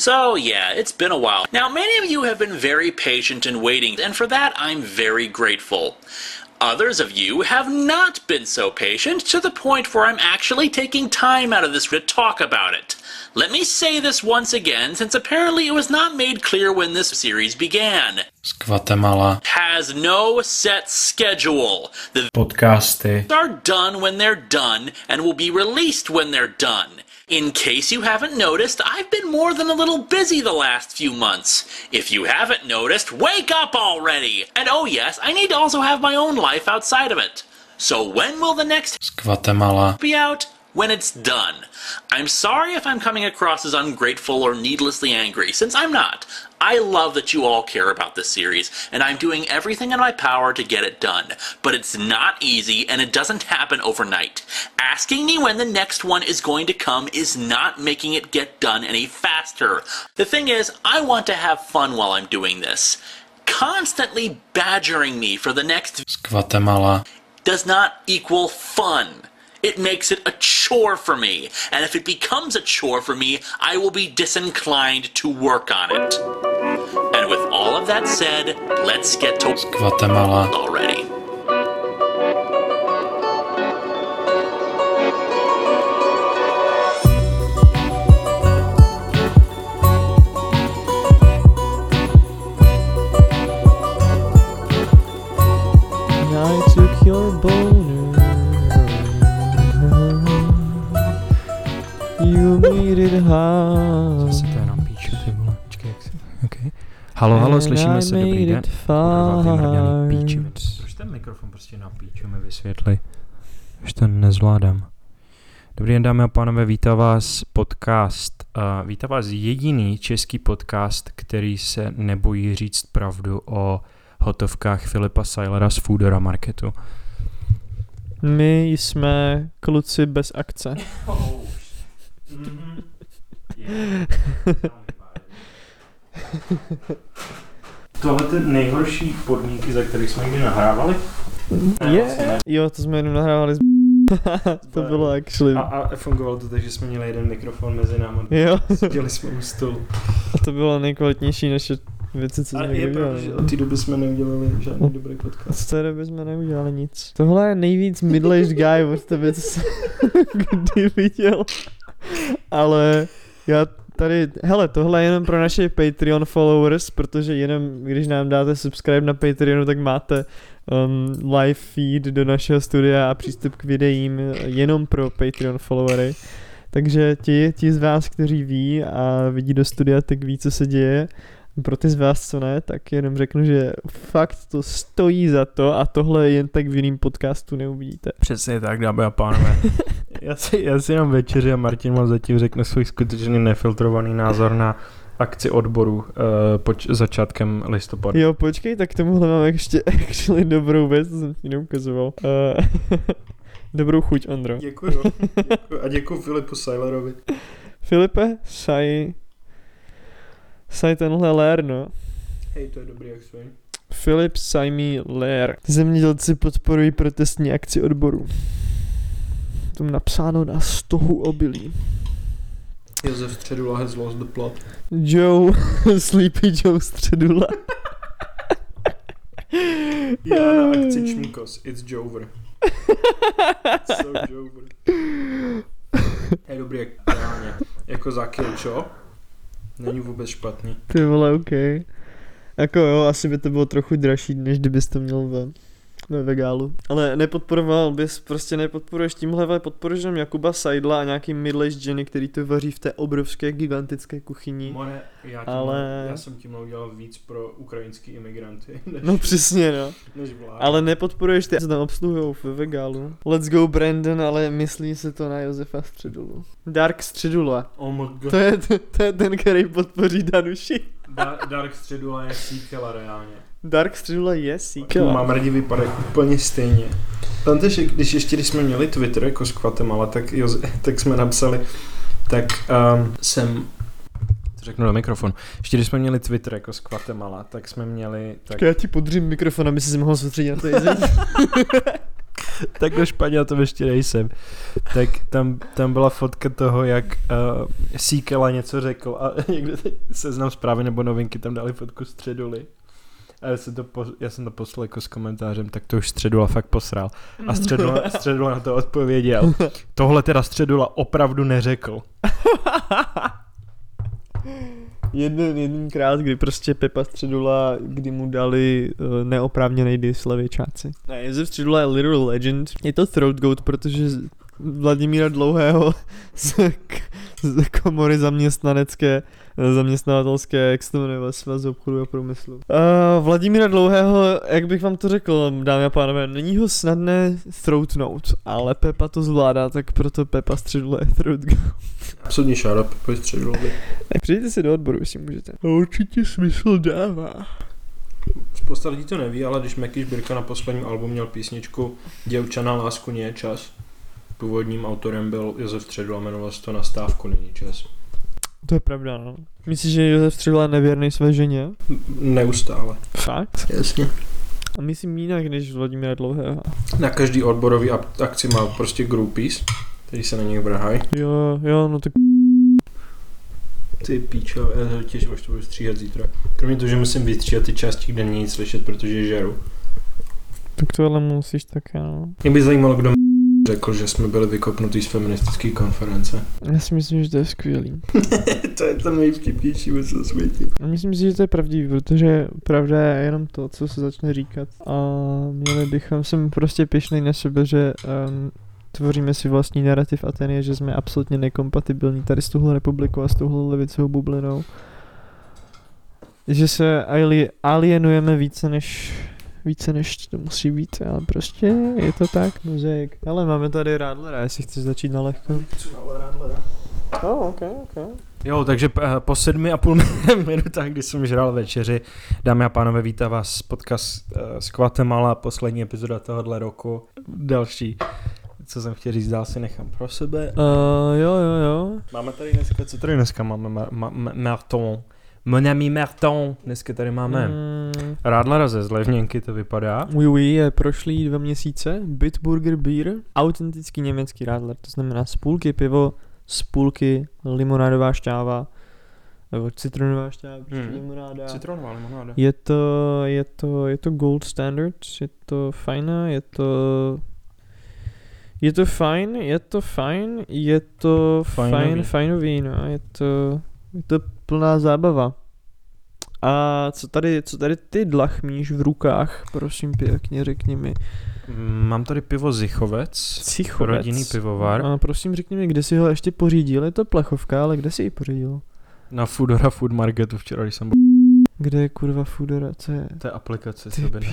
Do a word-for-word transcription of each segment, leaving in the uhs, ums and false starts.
So yeah, it's been a while. Now many of you have been very patient in waiting, and for that I'm very grateful. Others of you have not been so patient to the point where I'm actually taking time out of this to talk about it. Let me say this once again, since apparently it was not made clear when this series began. Guatemala has no set schedule. The podcasty are done when they're done and will be released when they're done. In case you haven't noticed, I've been more than a little busy the last few months. If you haven't noticed, wake up already! And oh yes, I need to also have my own life outside of it. So when will the next Guatemala be out? When it's done. I'm sorry if I'm coming across as ungrateful or needlessly angry, since I'm not. I love that you all care about this series, and I'm doing everything in my power to get it done. But it's not easy, and it doesn't happen overnight. Asking me when the next one is going to come is not making it get done any faster. The thing is, I want to have fun while I'm doing this. Constantly badgering me for the next Guatemala does not equal fun. It makes it a chore for me, and if it becomes a chore for me, I will be disinclined to work on it. And with all of that said, let's get to Guatemala already. I took your boner. You made it hard. Zase to je na píču, ty vole. Počkej, jak si... Okay. Halo, halo, slyšíme se, dobrý den. Kurva, ty mrňaný píči. Proč ten mikrofon prostě na píču mi vysvětli? Už to nezvládám. Dobrý den, dámy a pánové, vítá vás podcast. Uh, vítá vás jediný český podcast, který se nebojí říct pravdu o hotovkách Filipa Sailora z Foodora Marketu. My jsme kluci bez akce. Mm-hmm. Tohle ty nejhorší podmínky, za kterých jsme někdy nahrávali? Je, yeah. Jo, to jsme jenom nahrávali z to bylo actually. A, a fungovalo to tak, že jsme měli jeden mikrofon mezi námi. Jo. Seděli jsme u stolu. A to bylo nejkvalitnější naše věci, co jsme někdy udělali. Ale je od té doby jsme neudělali žádný dobrý podcast. Z té doby jsme neudělali nic. Tohle je nejvíc middle-aged guy od tebe, co jsem kdy viděl. Ale já tady, hele, tohle je jenom pro naše Patreon followers, protože jenom když nám dáte subscribe na Patreonu, tak máte um, live feed do našeho studia a přístup k videím jenom pro Patreon followery. Takže ti, ti z vás, kteří ví a vidí do studia, tak ví, co se děje. Pro ty z vás, co ne, tak jenom řeknu, že fakt to stojí za to a tohle jen tak v jiným podcastu neuvidíte. Přesně tak, dámy a pánové. já, si, já si jenom večeři a Martin vám zatím řekne svůj skutečně nefiltrovaný názor na akci odboru uh, poč- začátkem listopadu. Jo, počkej, tak k tomuhle mám ještě actually dobrou věc, co jsem ti neukazoval. Uh, dobrou chuť, Ondro. Děkuju, děkuju. A děkuju Filipu Sailorovi. Filipe, saj... Saj tenhle lér, no. Hej, to je dobrý, jak svoj. Filip Sajmí lér. Zemědělci podporují protestní akci odboru. Tam napsáno na stohu obilí. Josef Středula has lost the plot. Joe, Sleepy Joe Středula. Já na akci Čmíkos, it's Jover. So Jover. Hej, dobrý, jak reálně. Jako za kill, čo? Není vůbec špatný. Ty vole, okej. Okay. Jako jo, asi by to bylo trochu dražší, než kdybys to měl ve, ve Vegálu. Ale nepodporoval bys, prostě nepodporuješ tímhle, podporuješ jenom Jakuba Seidla a nějaký middle-aged ženy, který to vaří v té obrovské, gigantické kuchyni. More, já, tím, ale... já jsem tím udělal víc pro ukrajinský imigranty. Než, no přesně, no. Než vláda. Ale nepodporuješ ty, co tam obsluhujou ve Vegálu. Let's go Brandon, ale myslí se to na Josefa Středulu. Dark Středula. Oh my god. To je, to, to je ten, který podpoří Danuši. Da- Dark Středula je sequel reálně. Dark Středula je sequel. Mám raději vypadat úplně stejně. Tam tež, když ještě když jsme měli Twitter jako s Guatemala, tak, jo, tak jsme napsali, tak um, jsem... To řeknu na mikrofon. Ještě když jsme měli Twitter jako s Guatemala, tak jsme měli... Tak... Já ti podřím mikrofon, aby si se mohl soustředit na to jezení. Takhle špatně na tom ještě nejsem. Tak tam, tam byla fotka toho, jak uh, Sequela něco řekl a někde Seznam Zprávy nebo Novinky tam dali fotku Středuly. A já jsem to, po, já jsem to poslal jako s komentářem, tak to už Středula fakt posral. A Středula, Středula na to odpověděl. Tohle teda Středula opravdu neřekl. Jeden, jedinkrát, kdy prostě Pepa Středula, kdy mu dali uh, neoprávněnej dis levěčáci. Ne, Josef Středula je literal legend. Je to throat goat, protože Vladimíra Dlouhého z, z komory zaměstnanecké, zaměstnavatelské, jak se to jmenuje, Svaz obchodu a průmyslu. Uh, Vladimíra Dlouhého, jak bych vám to řekl, dámy a pánové, není ho snadné throatnout, ale Pepa to zvládá, tak proto Pepa Středula je throat goat. Absolutní šára, Pepa Středula. Přijďte si do odboru, jestli můžete. Určitě smysl dává. Spousta lidí to neví, ale když Meky Šbírka na posledním albu měl písničku Děvča na lásku nie je čas, původním autorem byl Josef Středula, jmenoval se to Na stávku není čas. To je pravda, no. Myslíš, že Josef Středula je nevěrný své ženě? Neustále. Fakt? Jasně. A myslím jinak než Vladimíra Dlouhého. Na každý odborový akci má prostě groupies, který se na něj vrhají. Jo, jo, no tak... Ty píčo, já se těším, až to budu stříhat zítra. Kromě toho, že musím vystříhat ty části, kde není nic slyšet, protože žeru. Tak tohle musíš také, no. Mě by zajímalo, kdo řekl, že jsme byli vykopnutý z feministické konference. Já si myslím, že to je skvělý. To je to nejvtipnější věc na světě. Myslím si, že to je pravdivý, protože pravda je jenom to, co se začne říkat. A měli bychom, jsem prostě pyšnej na sebe, že um, tvoříme si vlastní narrativ a ten je, že jsme absolutně nekompatibilní tady s touhle republikou a s touhle levicovou bublinou. Že se ali- alienujeme více než... Více než to musí být, ale prostě je to tak, muzik. Ale máme tady Rádlera, jestli chceš začít na lehko. Co na Rádlera? Oh, ok, ok. Jo, takže po sedmi a půl minutách, kdy jsem žral večeři, dámy a pánové, vítá vás podcast z Guatemala, poslední epizoda tohohle roku. Další, co jsem chtěl říct, dál si nechám pro sebe. Uh, jo, jo, jo. Máme tady dneska, co tady dneska máme? Ma- ma- ma- Marton. Mon ami Marton. Dneska tady máme mm. Rádlera ze Zlevněnky, to vypadá. Oui, oui, je prošlý dva měsíce. Bitburger Beer. Autentický německý Rádler, to znamená z půlky pivo, z půlky limonádová šťáva, nebo citronová šťáva, prostě mm. limonáda. Citronová limonáda. Je to, je to, je to gold standard, je to fajná, je to... Je to fajn, je to fajn, je to fajn, fajnový, no, je to, je to plná zábava. A co tady, co tady ty dlachmíš v rukách, prosím pěkně, řekni mi. Mám tady pivo Zichovec, Zichovec. Rodinný pivovar. A prosím řekni mi, kde jsi ho ještě pořídil, je to plechovka, ale kde jsi ji pořídil? Na Foodora Food Marketu včera, když jsem byl. Kde je kurva Foodora, co je? To je aplikace, ty co by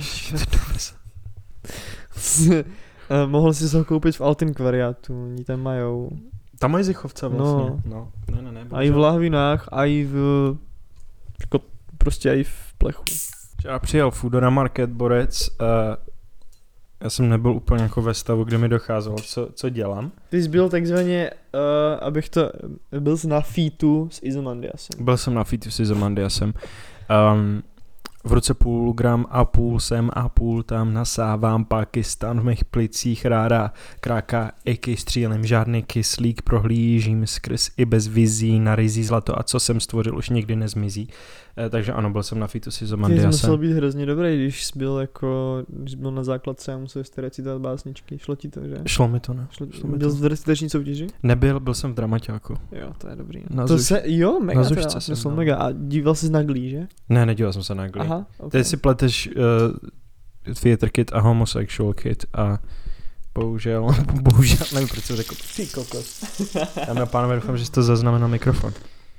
Uh, mohl jsi ho koupit v Altenkvariátu, oni tam majou. Tam mají Zichovce vlastně. No. no. Ne, ne, ne. A i v lahvinách, a i v... Jako prostě i v plechu. Včera přijel Foodora Market Borec. Uh, já jsem nebyl úplně jako ve stavu, kde mi docházelo, co, co dělám. Ty jsi byl takzvaně, uh, abych to... Byl jsi na featu s Izomandiasem. Byl jsem na featu s Izomandiasem. Um, V ruce půl gram a půl sem a půl tam nasávám Pakistan v mých plicích ráda kráka eky střílem, žádný kyslík prohlížím skrz i bez vizí na rizí zlato a co jsem stvořil už nikdy nezmizí. E, takže ano, byl jsem na featu s Izomandiasem. Ty jsi musel být hrozně dobrý, když jsi byl jako, když jsi byl na základce a musel jsi recitovat básničky. Šlo ti to, že? Šlo mi to, ne? Šlo, Šlo byl jsi v recitační soutěži? Nebyl, byl jsem v dramaťáku. Jo, to je dobrý. Na to zuš... se, jo, mega na zušce jsem, jsem, no. mega. A díval jsi na Glee, že? Ne, nedíval jsem se na Glee. Aha, okay. Teď si pleteš uh, Theater Kid a Homosexual Kid a bohužel, bohužel, nevím, proč jsem řekl, ty kokos. Dámy a pánové, doufám, že jsi to zaznamenal mikrofon.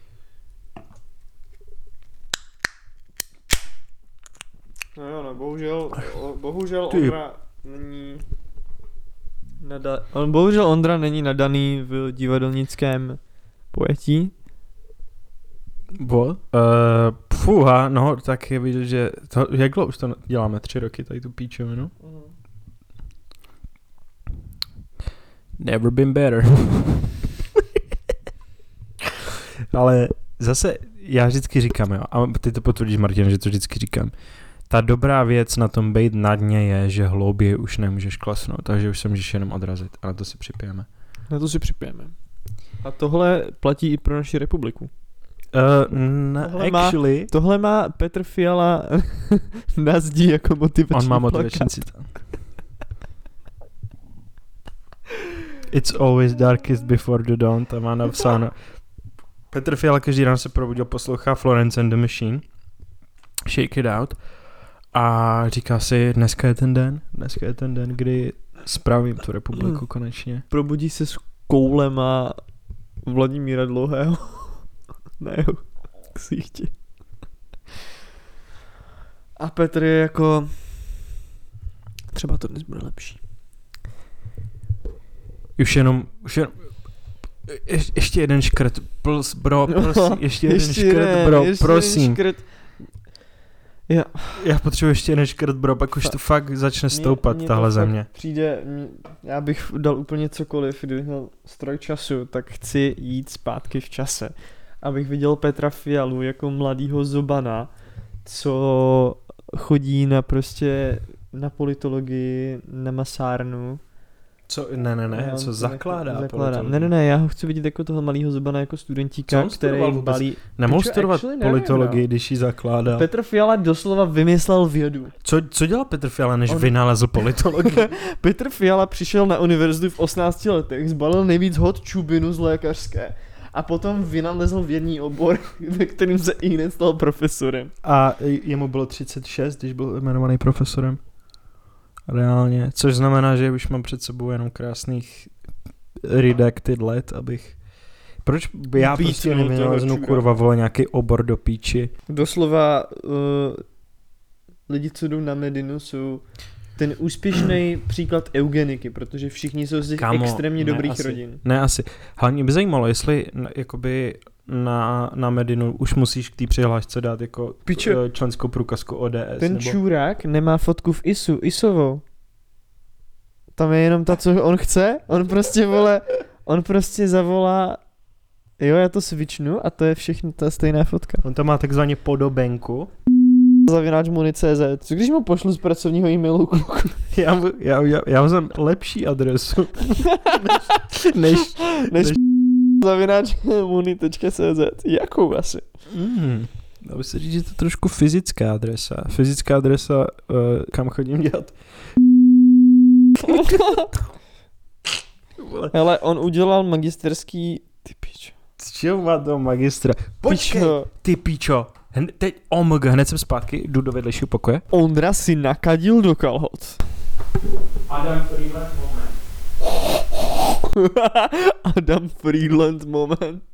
No jo, no, bohužel, o, bohužel Ty. Ondra není nada, on, bohužel Ondra není nadaný v divadelnickém pojetí. What? Uh, fuha, no, tak je vidět, že to, jak dlouho už to děláme, tři roky, tady tu píčovinu. Mm. Never been better. Ale zase, já vždycky říkám, jo, a ty to potvrdíš, Martin, že to vždycky říkám, ta dobrá věc na tom být na dně je, že hlouběji už nemůžeš klesnout, takže už se můžeš jenom odrazit. A na to si připijeme. Na to si připijeme. A tohle platí i pro naši republiku. Uh, ne, tohle, actually, má, tohle má Petr Fiala na zdi jako motivační on má motivační citát. It's always darkest before the dawn, tam má napsáno. Petr Fiala každý ráno se probudil, poslouchá Florence and the Machine, Shake It Out a říká si, dneska je ten den, dneska je ten den, kdy spravím tu republiku hmm. konečně. Probudí se s koulema Vladimíra Dlouhého na jeho ksichti. A Petr je jako, třeba to dnes bude lepší. Už jenom, už jenom, je, ještě jeden škrt, plus, bro, prosím, ještě jeden ještě škrt, ne, bro, ještě prosím. Jeden škrt. Já. Já potřebuji ještě jeden škrt, bro, pak už to fakt začne stoupat, mě, tahle země. Přijde, mě, já bych dal úplně cokoliv, kdybych měl stroj času, tak chci jít zpátky v čase, abych viděl Petra Fialu jako mladýho zobana, co chodí na prostě, na politologii, na masárnu. Co? Ne, ne, ne, co zakládá, zakládá. Ne, ne, ne, já ho chci vidět jako toho malého zobana, jako studentíka, který balí... Nemohl studovat politologii, když ji zakládal. Petr Fiala doslova vymyslel vědu. Co, co dělal Petr Fiala, než On... vynalezl politologii? Petr Fiala přišel na univerzitu v osmnácti letech, zbalil nejvíc hod čubinu z lékařské a potom vynalezl vědní obor, ve kterým se i hned stal profesorem. A jemu bylo třicet šest, když byl jmenovaný profesorem. Reálně, což znamená, že už mám před sebou jenom krásných redacted let, abych... Proč by já Píč, prostě nevynaleznu kurva vole nějaký obor do píči? Doslova uh, lidi, co jdou na medinu, jsou ten úspěšný příklad eugeniky, protože všichni jsou z těch Kamo, extrémně ne dobrých asi, rodin. Ne asi. Hlavně by zajímalo, jestli jakoby na, na medinu už musíš k té přihlášce dát jako Pičo. členskou průkazku O D S. Ten nebo... čurák nemá fotku v I S U, ISovou. Tam je jenom ta, co on chce. On prostě vole, on prostě zavolá, jo, já to switchnu a to je všechno, ta stejná fotka. On to má takzvaně podobenku. Zavináč Muni tečka cé zet. Co když mu pošlu z pracovního e-mailu kluku? Já, já, já, já mám lepší adresu. než, než, než, než... Zavináč Muni tečka cé zet. Jakou asi? Mm, dá by se říct, že to je trošku fyzická adresa. Fyzická adresa, uh, kam chodím dělat. Hele, on udělal magisterský... Ty pičo. Z čeho má to magistra? Počkej, pičo. Ty pičo. Hned, teď, oh my God, hned jsem zpátky, jdu do vedlejšího pokoje. Ondra si nakadil do kalhot. Adam Freeland moment. Adam Freeland moment.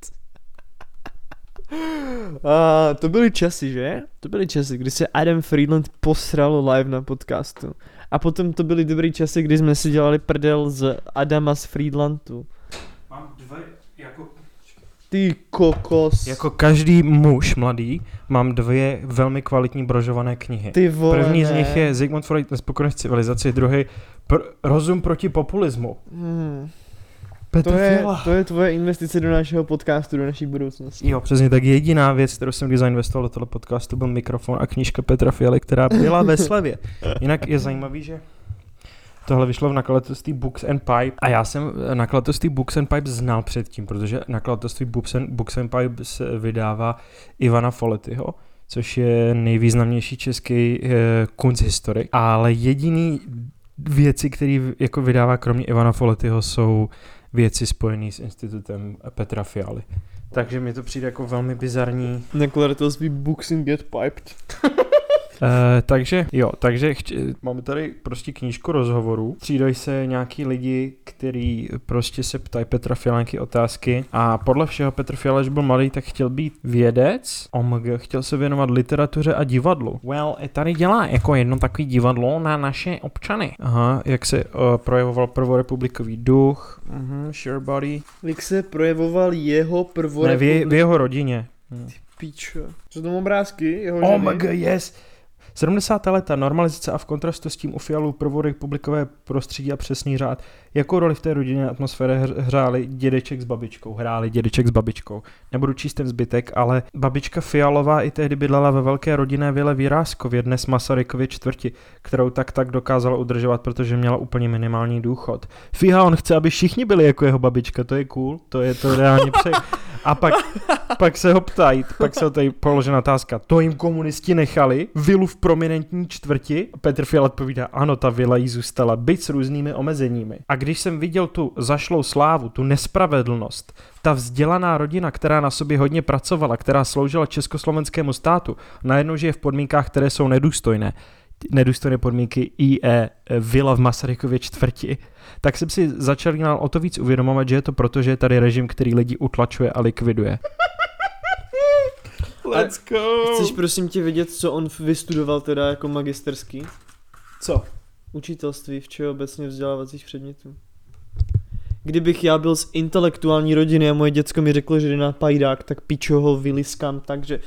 A to byly časy, že? To byly časy, kdy se Adam Freeland posral live na podcastu. A potom to byly dobrý časy, kdy jsme si dělali prdel z Adama z Freelandu. Mám dva, jako... Ty kokos. Jako každý muž mladý mám dvě velmi kvalitní brožované knihy. Ty vole, První ne. z nich je Sigmund Freud Nespokojenost civilizaci, druhý pr- Rozum proti populismu. Hmm. Petr to, je, Fiala. to je tvoje investice do našeho podcastu, do naší budoucnosti. Jo, přesně tak jediná věc, kterou jsem kdy zainvestoval do tohle podcastu, byl mikrofon a knížka Petra Fialy, která byla ve slevě. Jinak je zajímavý, že tohle vyšlo v nakladatelství Books and Pipe a já jsem nakladatelství Books and Pipe znal předtím, protože nakladatelství Books and, Books and Pipe se vydává Ivana Foletyho, což je nejvýznamnější český eh, kunsthistorik, ale jediný věci, které jako vydává kromě Ivana Foletyho, jsou věci spojené s institutem Petra Fialy. Takže mi to přijde jako velmi bizarní. Nakladatelství Books and Get Piped. Uh, takže jo, takže chci, máme tady prostě knížku rozhovorů. Střídají se nějaký lidi, kteří prostě se ptají Petra Fialanky otázky a podle všeho Petr Fiala, když byl mladý, tak chtěl být vědec, O M G, chtěl se věnovat literatuře a divadlu. Well, tady dělá jako jedno takový divadlo na naše občany. Aha, jak se uh, projevoval prvorepublikový duch, uh-huh, sure buddy. Jak se projevoval jeho prvorepublikový... Ne, v, je, v jeho rodině. Ty pičo. Co tam obrázky jeho ženy? O M G, yes. sedmdesátá léta, normalizace a v kontrastu s tím u Fialů prvorepublikové prostředí a přesný řád. Jakou roli v té rodinné atmosféře hráli dědeček s babičkou? Hráli dědeček s babičkou. Nebudu číst ten zbytek, ale babička Fialová i tehdy bydlela ve velké rodinné vile v Jiráskově, dnes Masarykově čtvrti, kterou tak tak dokázala udržovat, protože měla úplně minimální důchod. Fíha, on chce, aby všichni byli jako jeho babička, to je cool, to je to reálně pře... A pak, pak se ho ptají, pak se ho tady položena otázka, to jim komunisti nechali, vilu v prominentní čtvrti? Petr Fiala odpovídá, ano, ta vila jí zůstala, byť s různými omezeními. A když jsem viděl tu zašlou slávu, tu nespravedlnost, ta vzdělaná rodina, která na sobě hodně pracovala, která sloužila československému státu, najednou žije v podmínkách, které jsou nedůstojné, nedůstojné podmínky í é, vila v Masarykově čtvrti, tak jsem si začal o to víc uvědomovat, že je to proto, že je tady režim, který lidi utlačuje a likviduje. Let's go! Chceš prosím tě vědět, co on vystudoval teda jako magisterský? Co? Učitelství všeobecně vzdělávacích předmětů. Kdybych já byl z intelektuální rodiny a moje děcko mi řeklo, že jde na pajdák, tak pičo ho vyliskám, takže...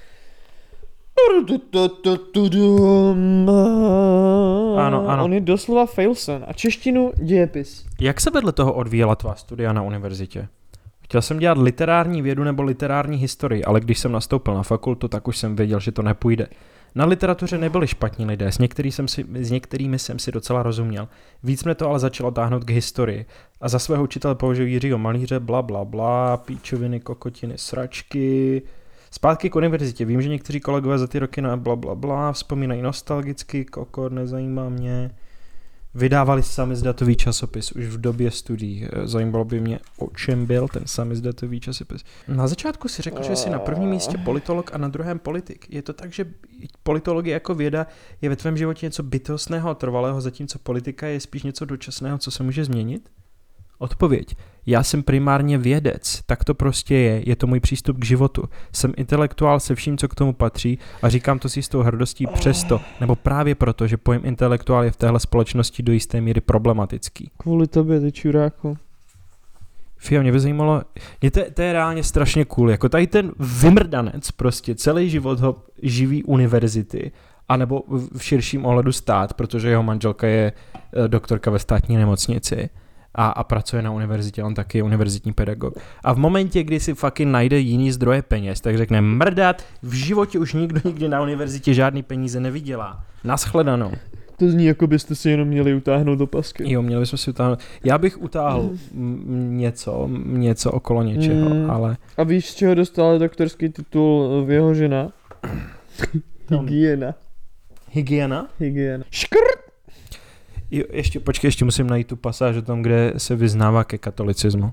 Ano, ano. On je doslova failson. A češtinu dějepis. Jak se vedle toho odvíjela tvá studia na univerzitě? Chtěl jsem dělat literární vědu nebo literární historii, ale když jsem nastoupil na fakultu, tak už jsem věděl, že to nepůjde. Na literatuře nebyli špatní lidé, s, některý jsem si, s některými jsem si docela rozuměl. Víc mě to ale začalo táhnout k historii. A za svého učitele použil Jiřího Malíře, bla bla bla, píčoviny, kokotiny, sračky... Zpátky k univerzitě. Vím, že někteří kolegové za ty roky na bla bla bla vzpomínají nostalgicky, kokor, nezajímá mě. Vydávali samizdatový časopis už v době studií. Zajímalo by mě, o čem byl ten samizdatový časopis. Na začátku si řekl, že jsi na prvním místě politolog a na druhém politik. Je to tak, že politologie jako věda je ve tvém životě něco bytostného a trvalého, zatímco politika je spíš něco dočasného, co se může změnit? Odpověď. Já jsem primárně vědec, tak to prostě je, je to můj přístup k životu. Jsem intelektuál se vším, co k tomu patří a říkám to s jistou hrdostí přesto, nebo právě proto, že pojem intelektuál je v téhle společnosti do jisté míry problematický. Kvůli tobě, ty čuráku. Fio, mě by zajímalo, je to, to je reálně strašně cool, jako tady ten vymrdanec prostě celý život ho živí univerzity, anebo v širším ohledu stát, protože jeho manželka je doktorka ve státní nemocnici. A, a pracuje na univerzitě, on taky je univerzitní pedagog. A v momentě, kdy si fucking najde jiný zdroje peněz, tak řekne mrdat, v životě už nikdo nikdy na univerzitě žádný peníze nevydělá. Naschledanou. To zní, jako byste si jenom měli utáhnout do pasky. Jo, měli bychom si utáhnout. Já bych utáhl mm. něco, něco okolo něčeho, mm. ale... A víš, z čeho dostala doktorský titul v jeho žena? Hygiena. Hygiena? Hygiena. Škrt! Jo, ještě, počkej, ještě musím najít tu pasáž o tom, kde se vyznává ke katolicismu.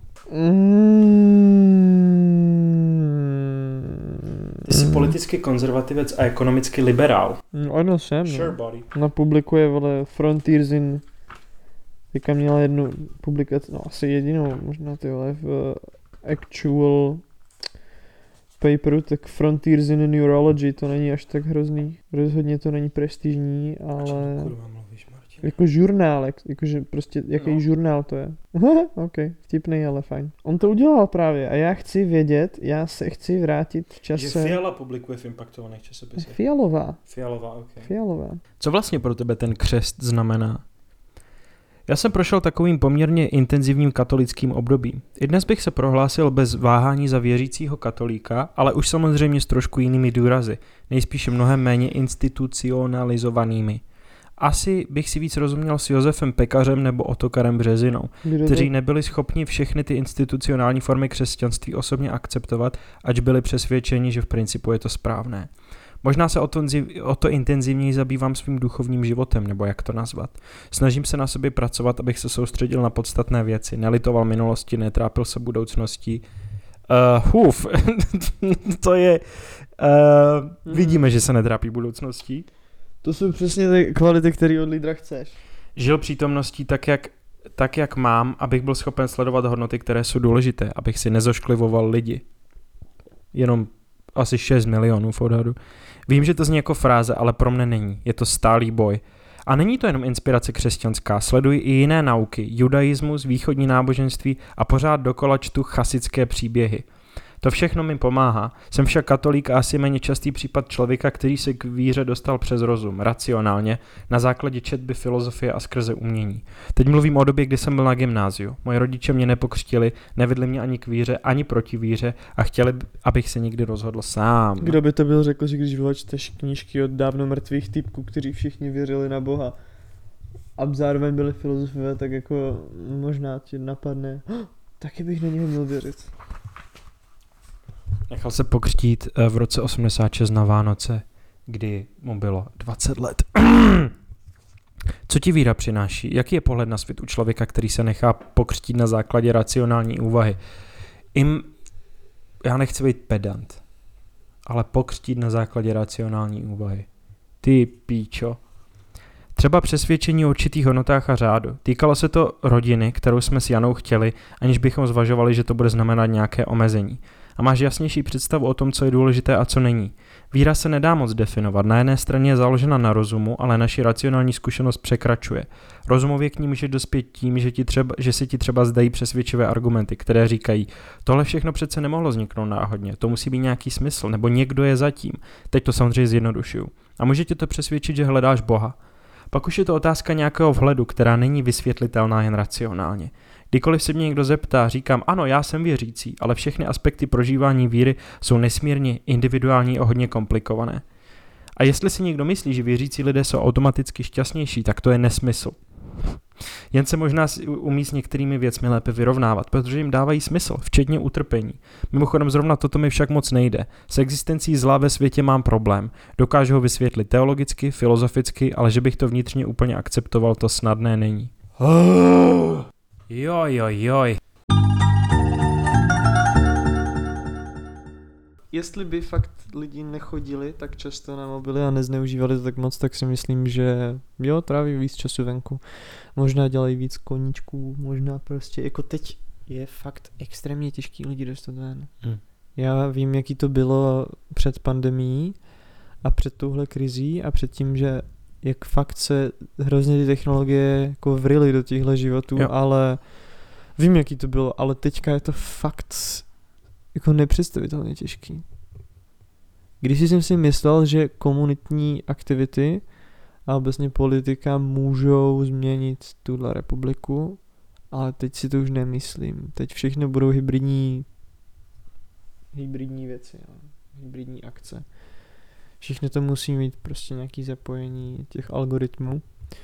Ty jsi politicky konzervativec a ekonomicky liberál. No, ano, jsem. Sure, buddy. Ona publikuje, vole, Frontiers in... Teďka měla jednu publikaci, no asi jedinou, možná ty vole, v actual paperu, tak Frontiers in Neurology, to není až tak hrozný. Rozhodně to není prestižní, ale... Kurva mluvíš, Martin? Jako žurnál, jak, jakože prostě, jaký no. žurnál to je. Ok, vtipnej, ale fajn. On to udělal právě a já chci vědět, já se chci vrátit v čase... Že Fiala publikuje v impaktovaných časopisech. Fialová. Fialová, ok. Fialová. Co vlastně pro tebe ten křest znamená? Já jsem prošel takovým poměrně intenzivním katolickým obdobím. I dnes bych se prohlásil bez váhání za věřícího katolíka, ale už samozřejmě s trošku jinými důrazy, nejspíše mnohem méně institucionalizovanými. Asi bych si víc rozuměl s Josefem Pekařem nebo Otokarem Březinou, kteří nebyli schopni všechny ty institucionální formy křesťanství osobně akceptovat, ač byli přesvědčeni, že v principu je to správné. Možná se o to, o to intenzivněji zabývám svým duchovním životem, nebo jak to nazvat. Snažím se na sobě pracovat, abych se soustředil na podstatné věci, nelitoval minulosti, netrápil se budoucností. Uh, huf, to je... Uh, vidíme, že se netrápí budoucností. To jsou přesně ty kvality, které od lídra chceš. Žil přítomností tak jak, tak, jak mám, abych byl schopen sledovat hodnoty, které jsou důležité, abych si nezošklivoval lidi. Jenom asi šest milionů v odhadu. Vím, že to zní jako fráze, ale pro mne není. Je to stálý boj. A není to jenom inspirace křesťanská, sleduji i jiné nauky, judaismus, východní náboženství a pořád dokola čtu chasické příběhy. To všechno mi pomáhá. Jsem však katolík a asi méně častý případ člověka, který se k víře dostal přes rozum, racionálně, na základě četby, filozofie a skrze umění. Teď mluvím o době, kdy jsem byl na gymnáziu. Moji rodiče mě nepokřtili, nevedli mě ani k víře, ani proti víře a chtěli, abych se někdy rozhodl sám. Kdo by to byl řekl, že když čteš knížky od dávno mrtvých typků, kteří všichni věřili na Boha a zároveň byli filozofové, tak jako možná ti napadne, oh, taky bych na něho měl věřit. Nechal se pokřtít v roce osmdesát šest na Vánoce, kdy mu bylo dvacet let. Co ti víra přináší? Jaký je pohled na svět u člověka, který se nechá pokřtít na základě racionální úvahy? Im, já nechci být pedant, ale pokřtít na základě racionální úvahy. Ty píčo. Třeba přesvědčení o určitých hodnotách a řádu. Týkalo se to rodiny, kterou jsme s Janou chtěli, aniž bychom zvažovali, že to bude znamenat nějaké omezení. A máš jasnější představu o tom, co je důležité a co není. Víra se nedá moc definovat. Na jedné straně je založena na rozumu, ale naši racionální zkušenost překračuje. Rozumově k ní může dospět tím, že, ti třeba, že si ti třeba zdají přesvědčivé argumenty, které říkají, tohle všechno přece nemohlo vzniknout náhodně, to musí být nějaký smysl, nebo někdo je zatím. Teď to samozřejmě zjednodušuju. A může tě to přesvědčit, že hledáš Boha. Pak už je to otázka nějakého vhledu, která není vysvětlitelná jen racionálně. Kdykoliv se mě někdo zeptá, říkám, ano, já jsem věřící, ale všechny aspekty prožívání víry jsou nesmírně individuální a hodně komplikované. A jestli si někdo myslí, že věřící lidé jsou automaticky šťastnější, tak to je nesmysl. Jen se možná umí s některými věcmi lépe vyrovnávat, protože jim dávají smysl, včetně utrpení. Mimochodem zrovna toto mi však moc nejde. S existencí zla ve světě mám problém. Dokážu ho vysvětlit teologicky, filozoficky, ale že bych to vnitřně úplně akceptoval, to snadné není. Joj, joj, joj. Jestli by fakt lidi nechodili tak často na mobily a nezneužívali to tak moc, tak si myslím, že jo, tráví víc času venku. Možná dělají víc koníčků, možná prostě, jako teď je fakt extrémně těžký lidi dostat ven. Hmm. Já vím, jaký to bylo před pandemií a před touhle krizí a před tím, že jak fakt se hrozně ty technologie jako vrily do těchto životů, jo. Ale vím, jaký to bylo, ale teďka je to fakt jako nepředstavitelně těžký. Když jsem si myslel, že komunitní aktivity a obecně politika můžou změnit tuhle republiku, ale teď si to už nemyslím. Teď všechno budou hybridní hybridní věci, jo. Hybridní akce. Všechno to musí mít prostě nějaký zapojení těch algoritmů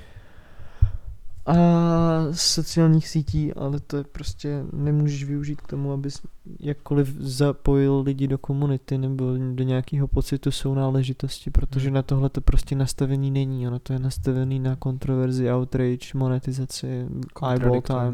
a sociálních sítí, ale to je prostě nemůžeš využít k tomu, abys jakkoliv zapojil lidi do komunity nebo do nějakého pocitu sounáležitosti, protože hmm. na tohle to prostě nastavení není, ono to je nastavený na kontroverzi, outrage, monetizaci, eyeball time.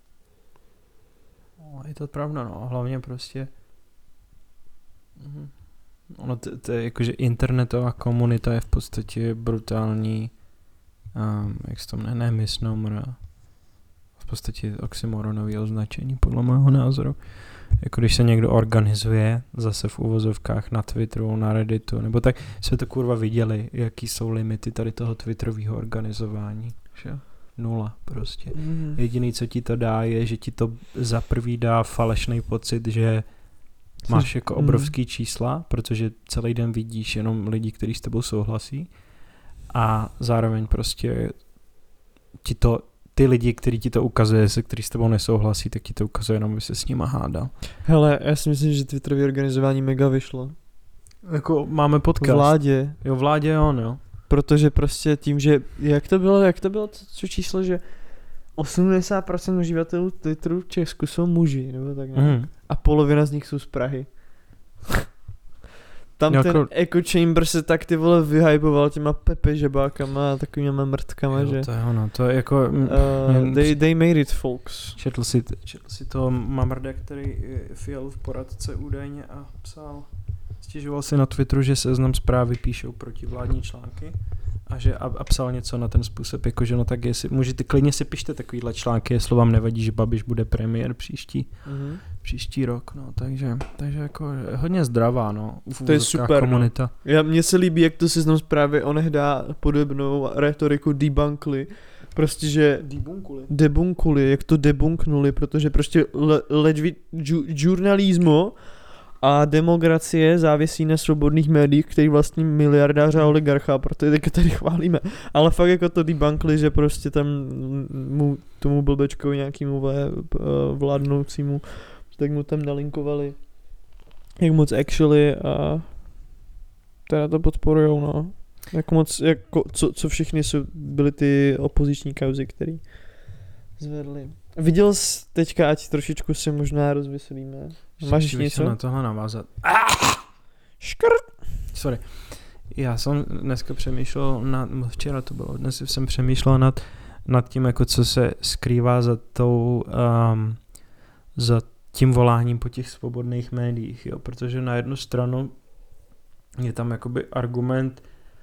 No, je to pravda, no, hlavně prostě mhm. ono to, to je jakože internetová komunita je v podstatě brutální, um, jak se to jmenuje, ne misnomer, v podstatě oxymoronový označení podle mého názoru. Jako když se někdo organizuje zase v uvozovkách na Twitteru, na Redditu, nebo tak jsme to kurva viděli, jaký jsou limity tady toho twitterového organizování, že? Nula prostě. Mm. Jediný, co ti to dá, je, že ti to za prvý dá falešný pocit, že máš jako obrovský čísla, protože celý den vidíš jenom lidi, kteří s tebou souhlasí a zároveň prostě ti to, ty lidi, kteří ti to ukazuje, se kteří s tebou nesouhlasí, tak ti to ukazuje jenom, aby se s nima hádal. Hele, já si myslím, že Twitterové organizování mega vyšlo. Jako máme podcast. Vládě. Jo, vládě jo, jo. Protože prostě tím, že, jak to bylo, jak to bylo to číslo, že osmdesát procent uživatelů Twitteru v Česku jsou muži, nebo tak nějak. Mm. A polovina z nich jsou z Prahy. Tam jako ten Echo Chamber se tak ty vole vyhypoval těma Pepe žebákama a takovýma mrtkama, jo, že... to je ono, to je jako... Uh, they, they made it, folks. Četl si, četl si to Mamrda, který Fial v poradce údajně a psal, stěžoval si na Twitteru, že Seznam Zprávy píšou protivládní články a že a, a psal něco na ten způsob, jakože no tak jestli, můžete, klidně si pište takovýhle články, jestli vám nevadí, že Babiš bude premiér příští, mm-hmm. příští rok, no, takže, takže jako hodně zdravá, no, to je super, komunita. No. Já, mně se líbí, jak to Seznam Zprávy onehdá podobnou retoriku debunkli, prostě, že debunkuli, debunkuli jak to debunknuli, protože prostě le, ledvi žu, žurnalismo A demokracie závisí na svobodných médiích, který vlastní miliardáře a oligarcha, proto je teďka tady chválíme. Ale fakt jako to debunkli, že prostě tam mu, tomu blbečkovi nějakýmu vládnoucímu, tak mu tam nalinkovali jak moc actually a teda to podporujou, no. Jak moc, jako, co, co všechny jsou, byly ty opoziční kauzy, který zvedli. Viděl jsi teďka, ať trošičku se možná rozveselíme. Máš něco? na tohle navázat. Škrt! Sorry. Já jsem dneska přemýšlel nad, včera to bylo, dnes jsem přemýšlel nad, nad tím, jako co se skrývá za tou, um, za tím voláním po těch svobodných médiích, jo, protože na jednu stranu je tam jakoby argument,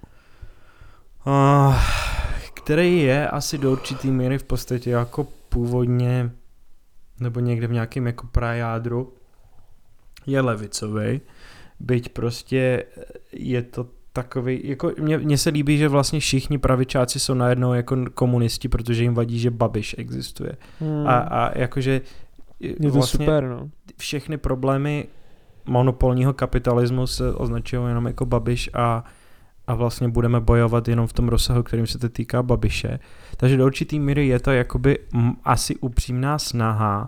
uh, který je asi do určitý míry v podstatě jako původně, nebo někde v nějakém jako prajádru, je levicový, byť prostě je to takový, jako mně, mně se líbí, že vlastně všichni pravičáci jsou najednou jako komunisti, protože jim vadí, že Babiš existuje. Hmm. A, a jakože je to vlastně super, no. Všechny problémy monopolního kapitalismu se označují jenom jako Babiš a, a vlastně budeme bojovat jenom v tom rozsahu, kterým se to týká Babiše. Takže do určitý míry je to jakoby m, asi upřímná snaha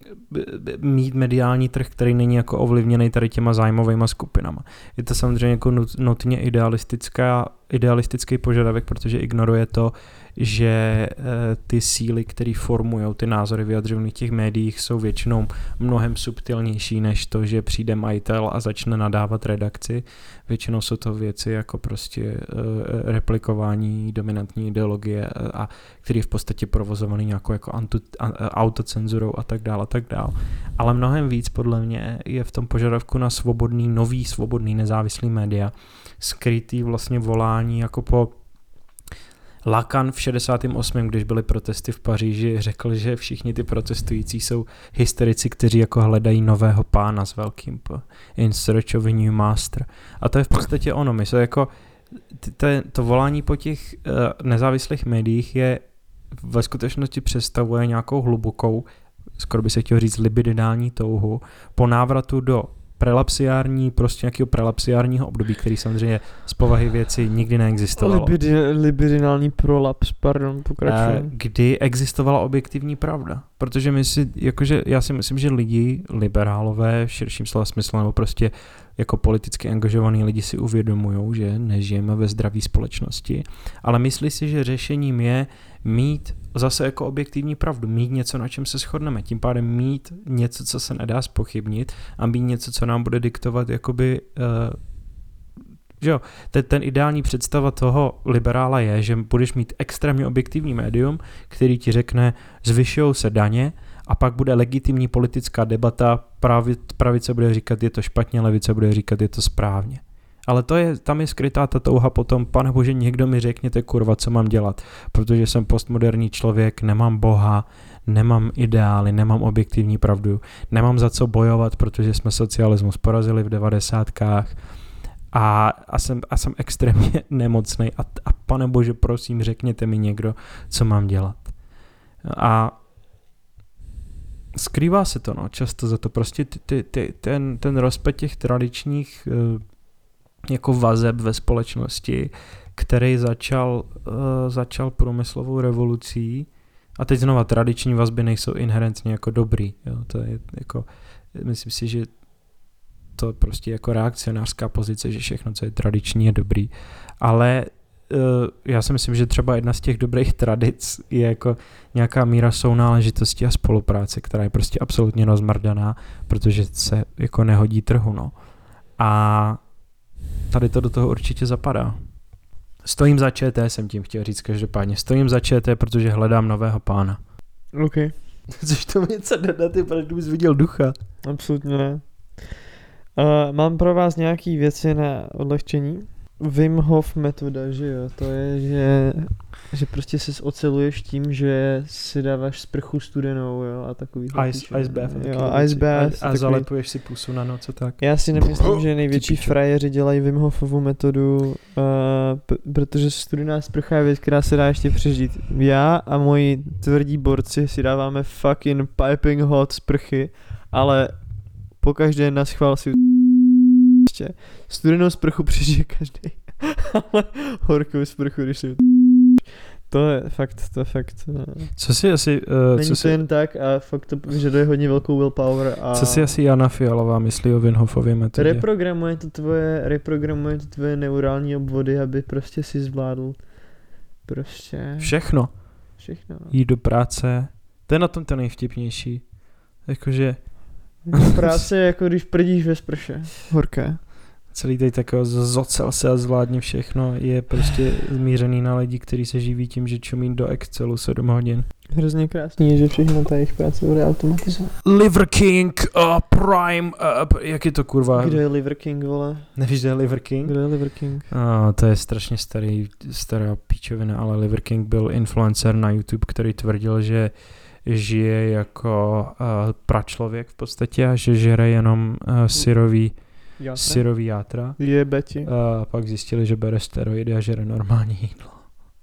mít mediální trh, který není jako ovlivněný tady těma zájmovými skupinama. Je to samozřejmě jako nutně idealistická, idealistický požadavek, protože ignoruje to, že e, ty síly, které formují ty názory vyjadřované v těch médiích, jsou většinou mnohem subtilnější než to, že přijde majitel a začne nadávat redakci. Většinou jsou to věci jako prostě e, replikování dominantní ideologie a který je v podstatě provozovaný nějakou jako antu, a, autocenzurou a tak dále a tak dále. Ale mnohem víc podle mě je v tom požadavku na svobodný, nový svobodný nezávislý média skrytý vlastně volání jako po Lacan v šedesátém osmém, když byly protesty v Paříži, řekl, že všichni ty protestující jsou hysterici, kteří jako hledají nového pána s velkým P. In search of a new master. A to je v podstatě ono. My se jako to, to volání po těch uh, nezávislých médiích je ve skutečnosti představuje nějakou hlubokou, skoro by se chtěl říct libidinální touhu po návratu do prelapsiární, prostě nějakého prelapsiárního období, který samozřejmě z povahy věci nikdy neexistovalo. Libidi, libidinální prolaps, pardon, pokračujem. Kdy existovala objektivní pravda. Protože my si, jakože, já si myslím, že lidi, liberálové v širším slova smyslu, nebo prostě jako politicky angažovaní lidi si uvědomují, že nežijeme ve zdravé společnosti, ale myslí si, že řešením je mít zase jako objektivní pravdu, mít něco, na čem se shodneme, tím pádem mít něco, co se nedá zpochybnit a mít něco, co nám bude diktovat jakoby, uh, že jo, ten, ten ideální představa toho liberála je, že budeš mít extrémně objektivní médium, který ti řekne, zvyšují se daně a pak bude legitimní politická debata, pravit, pravice bude říkat, je to špatně, levice bude říkat, je to správně. Ale to je, tam je skrytá ta touha potom, pane bože, někdo mi řekněte, kurva, co mám dělat, protože jsem postmoderní člověk, nemám Boha, nemám ideály, nemám objektivní pravdu, nemám za co bojovat, protože jsme socialismus porazili v devadesátkách a, a, jsem, a jsem extrémně nemocnej a, a pane bože, prosím, řekněte mi někdo, co mám dělat. A skrývá se to, no, často za to prostě ty, ty, ty, ten, ten rozpad těch tradičních jako vazeb ve společnosti, který začal, uh, začal průmyslovou revolucí a teď znova tradiční vazby nejsou inherentně jako dobrý. Jo? To je jako, myslím si, že to prostě jako reakcionářská pozice, že všechno, co je tradiční, je dobrý. Ale uh, já si myslím, že třeba jedna z těch dobrých tradic je jako nějaká míra sounáležitosti a spolupráce, která je prostě absolutně rozmrdaná, protože se jako nehodí trhu. No. A tady to do toho určitě zapadá. Stojím za ČT, jsem tím chtěl říct každopádně. Stojím za ČT, protože hledám nového pána. OK. Což to mi něco dodat, protože bys viděl ducha. Absolutně ne. Uh, mám pro vás nějaký věci na odlehčení. Wim Hof metoda, že jo, to je, že, že prostě se oceluješ tím, že si dáváš sprchu studenou, jo, a takový. Ice, ice bath. Jo, ice bath. A, a zalepuješ si pusu na noc a tak. Já si nemyslím, že největší frajeři dělají Wim Hofovu metodu, uh, p- protože studená sprcha je věc, která se dá ještě přežít. Já a moji tvrdí borci si dáváme fucking piping hot sprchy, ale pokaždé na schvál si prostě. Studenou sprchu přežije každý. Ale horkou sprchu, když si to je fakt, to je fakt. Co si asi... Uh, Není co to si, jen tak a fakt to vyžaduje hodně velkou willpower a... Co si asi Jana Fialová myslí o Wim Hofově metodě? Reprogramuje to tvoje, reprogramuje to tvoje neurální obvody, aby prostě si zvládl prostě... Všechno. Všechno. No. Jít do práce. To je na tom to nejvtipnější. Jakože... Práce je jako když prdíš ve sprše. Horké. Celý tady takového zocel se a zvládni všechno je prostě zmířený na lidi, kteří se živí tím, že čumí do Excelu sedm hodin. Hrozně krásný je, že všechno ta jejich práce bude automatizovat. Liver King, uh, Prime, uh, jak je to kurva? Kdo je Liver King, vole? Nevíš, kdo je Liver King? Kdo je Liver King? Uh, to je strašně starý, stará píčovina, ale Liver King byl influencer na YouTube, který tvrdil, že žije jako uh, pračlověk v podstatě a že žere jenom uh, syrový Játra. syrový játra. Je Betty. A pak zjistili, že bere steroidy a žere normální jídlo.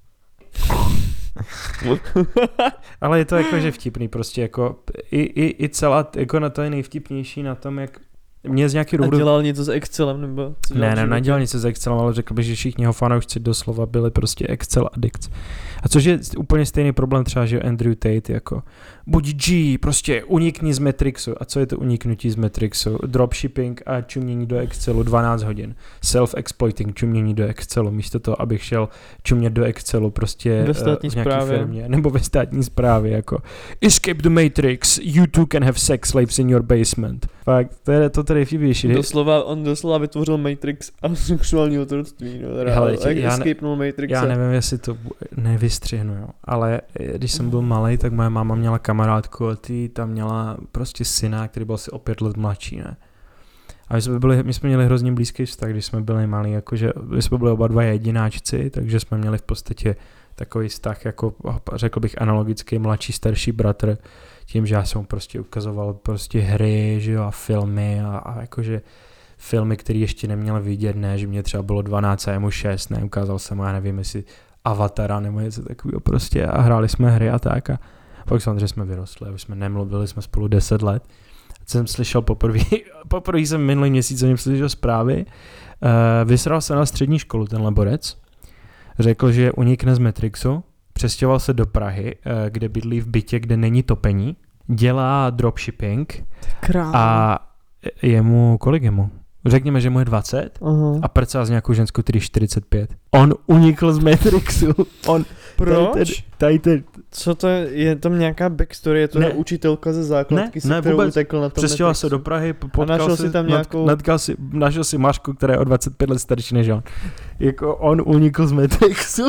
Ale je to jako, že vtipný prostě jako i, i, i celá, jako na to je nejvtipnější na tom, jak mě z nějaký důvodu... A dělal něco s Excelem, nebo... Ne, ne, nedělal něco s Excelem, ale řekl bych, že všichni jeho fanoušci doslova byli prostě Excel addicts. A což je úplně stejný problém třeba, že Andrew Tate jako buď G, prostě unikni z Matrixu. A co je to uniknutí z Matrixu? Dropshipping a čumění do Excelu dvanáct hodin. Self-exploiting, čumění do Excelu. Místo toho, abych šel čumět do Excelu prostě ve státní uh, v nějaké správě. firmě. Nebo ve státní správě, jako Escape the Matrix, you too can have sex slaves in your basement. Fakt, to je to tady vtipnější. Doslova, on doslova vytvořil Matrix a sexuální otroctví. No, teda, Hele, tě, já, ne, Matrix. já nevím, jestli to nevystřihnu, jo. Ale když jsem byl malej, tak moje máma měla kamarádku a ty tam měla prostě syna, který byl asi o pět let mladší, ne? A my jsme, byli, my jsme měli hrozně blízký vztah, když jsme byli malí, jakože my jsme byli oba dva jedináčci, takže jsme měli v podstatě takový vztah, jako řekl bych analogický mladší, starší bratr, tím, že já jsem mu prostě ukazoval prostě hry, že jo, a filmy a, a jakože filmy, které ještě neměl vidět, ne, že mě třeba bylo dvanáct a jemu šest, ne, ukázal jsem mu, já nevím, jestli Avatara nebo něco takového prostě a hráli jsme hry a tak a pak samozřejmě jsme vyrostli, už jsme nemluvili, jsme spolu deset let. Jsem slyšel poprvé, poprvé jsem minulý měsíc o něm slyšel zprávy, uh, vysral se na střední školu tenhle borec, řekl, že unikne z Matrixu, přestěhoval se do Prahy, uh, kde bydlí v bytě, kde není topení, dělá dropshipping Král. a je mu, kolik je mu? Řekněme, že mu je dvacet Aha. a prcá s nějakou ženskou, který je čtyřicet pět. On unikl z Matrixu. On, Proč? Tady, tady, tady, Co to je? Je tam nějaká backstory? Je to ne. učitelka ze základky, ne, se kterou vůbec. utekl na tom Přestěhoval Matrixu. se do Prahy, potkal a našel si, si tam nad, nějakou... natkal si, našel si Mašku, která je o dvacet pět let starší než on. Jako on unikl z Matrixu.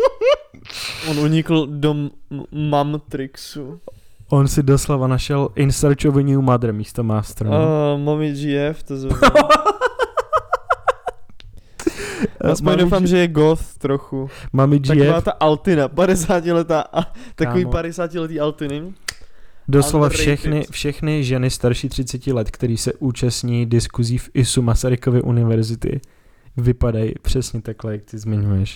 On unikl do m- Mamtrixu. On si doslova našel In Search of a New Mother místo Master. No. Uh, Mommy G F, to zrovna. Aspoň doufám, že je goth trochu. Mami G F. Taková ta Altina, padesátiletá a takový Kámo. padesátiletý Altiny. Doslova Underrated. všechny, všechny ženy starší třicet let, který se účastní diskuzí v I S U Masarykovy univerzity, vypadají přesně takhle, jak ty zmiňuješ.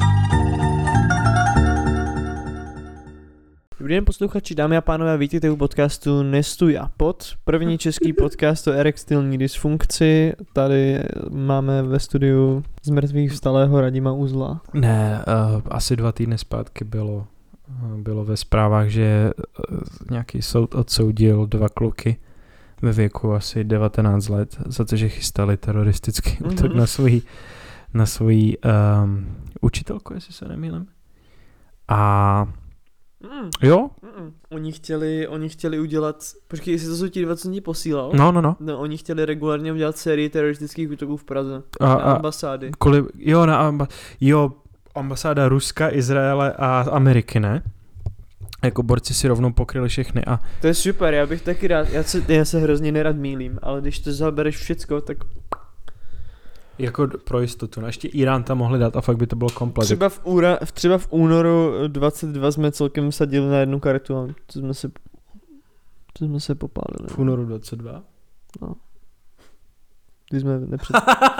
Dobrý den posluchači, dámy a pánové, vítejte u podcastu Nestůj a pod. První český podcast o erektilní dysfunkci. Tady máme ve studiu z mrtvých vstalého Radima Uzla. Ne, uh, asi dva týdny zpátky bylo, uh, bylo ve zprávách, že uh, nějaký soud odsoudil dva kluky ve věku asi devatenáct let za to, že chystali teroristický mm-hmm. útok na svoji, na svoji um, učitelku, jestli se nemýlím. A Mm. jo? Mm-mm. Oni chtěli, oni chtěli udělat, počkej, jestli to jsou ti dva, co mě posílal? No, no, no. No, oni chtěli regulárně udělat sérii teroristických útoků v Praze. A, Na a ambasády. kvůli, jo, na amba, jo, ambasáda Ruska, Izraele a Ameriky, ne? Jako borci si rovnou pokryli všechny a... To je super, já bych taky rád, já se, já se hrozně nerad mýlím, ale když to zabereš všecko, tak... Jako pro jistotu, no ještě Irán tam mohli dát a fakt by to bylo komplet. Třeba v, úra, třeba v únoru dvacet dva jsme celkem sadili na jednu kartu a to jsme se, to jsme se popálili. V únoru dvacet dva? No. Když jsme nepřed...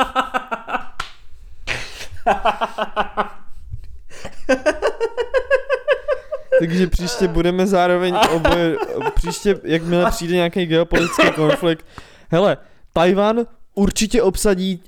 Takže příště budeme zároveň oboje, příště, jakmile přijde nějaký geopolitický konflikt. Hele, Tajvan určitě obsadí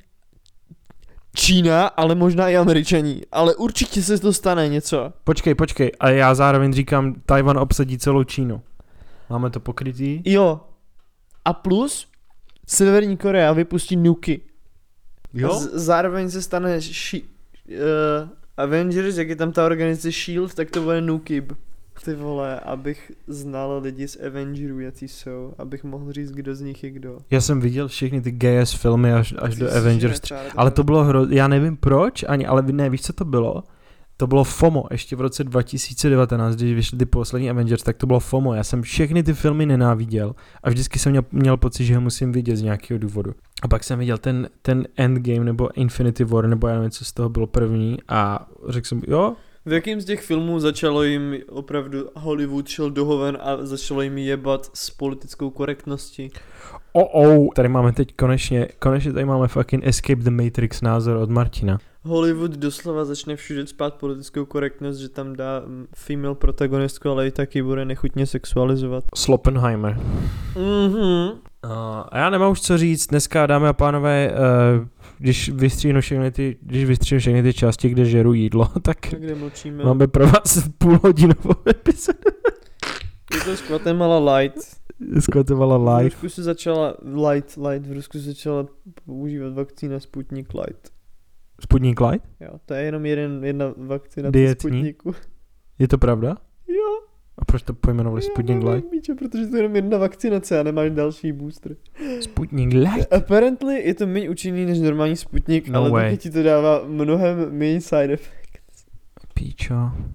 Čína, ale možná i Američaní. Ale určitě se to stane něco. Počkej, počkej. A já zároveň říkám, Tajvan obsadí celou Čínu. Máme to pokrytý? Jo. A plus Severní Korea vypustí nuky. Jo? Z- zároveň se stane ši- uh, Avengers, jak je tam ta organizace Shield, tak to bude Nukib. Ty vole, abych znal lidi z Avengerů, jaký jsou, abych mohl říct, kdo z nich je kdo. Já jsem viděl všechny ty G S filmy až, až Ty do jsi Avengers. žere, čára, Ale to bylo hro... Já nevím proč, ani, ale ne, víš, co to bylo? To bylo FOMO, ještě v roce dva tisíce devatenáct, když vyšly ty poslední Avengers, tak to bylo FOMO. Já jsem všechny ty filmy nenáviděl a vždycky jsem měl, měl pocit, že ho musím vidět z nějakého důvodu. A pak jsem viděl ten, ten Endgame nebo Infinity War, nebo já nevím, co z toho bylo první a řekl jsem, jo. V jakým z těch filmů začalo jim opravdu Hollywood šel do hoven a začalo jim jebat s politickou korektností? Oh, oh. Tady máme teď konečně, konečně tady máme fucking Escape the Matrix názor od Martina. Hollywood doslova začne všude spát politickou korektnost, že tam dá female protagonistku, ale i taky bude nechutně sexualizovat. Sloppenheimer. Mhm. Uh, a já nemám už co říct, dneska, dámy a pánové, uh, když vystříhnu všechny ty, když vystříhnu všechny ty části, kde žeru jídlo, tak Kde mlčíme? máme pro vás půlhodinovou epizodu. Je to z Guatemala Light. Skvatovala V live. Rusku se začala Light, Light, v Rusku se začala používat vakcína Sputnik Light. Sputnik Light? Jo, to je jenom jeden, jedna vakcína Dietní? Sputniku. Je to pravda? Jo. A proč to pojmenovali Sputnik Já Light? Míče, protože to je jenom jedna vakcinace a nemáš další booster. Sputnik Light? Apparently je to méně účinný než normální Sputnik, No ale way. taky ti to dává mnohem méně side effects. Píčo.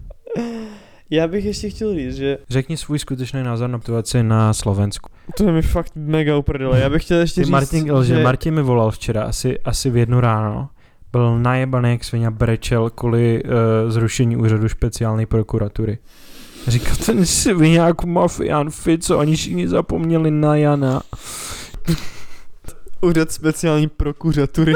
Já bych ještě chtěl říct, že Řekni svůj skutečný názor na situaci na Slovensku. to je mi fakt mega uprdele. Já bych chtěl ještě Ty říct, Martin lže, že Martin mi volal včera asi, asi v jednu ráno. Byl najebaný jak svině, brečel kvůli uh, zrušení úřadu speciální prokuratury. Říkal, ten sviňák mafián Fico, oni všichni zapomněli na Jana. úřad speciální prokuratury.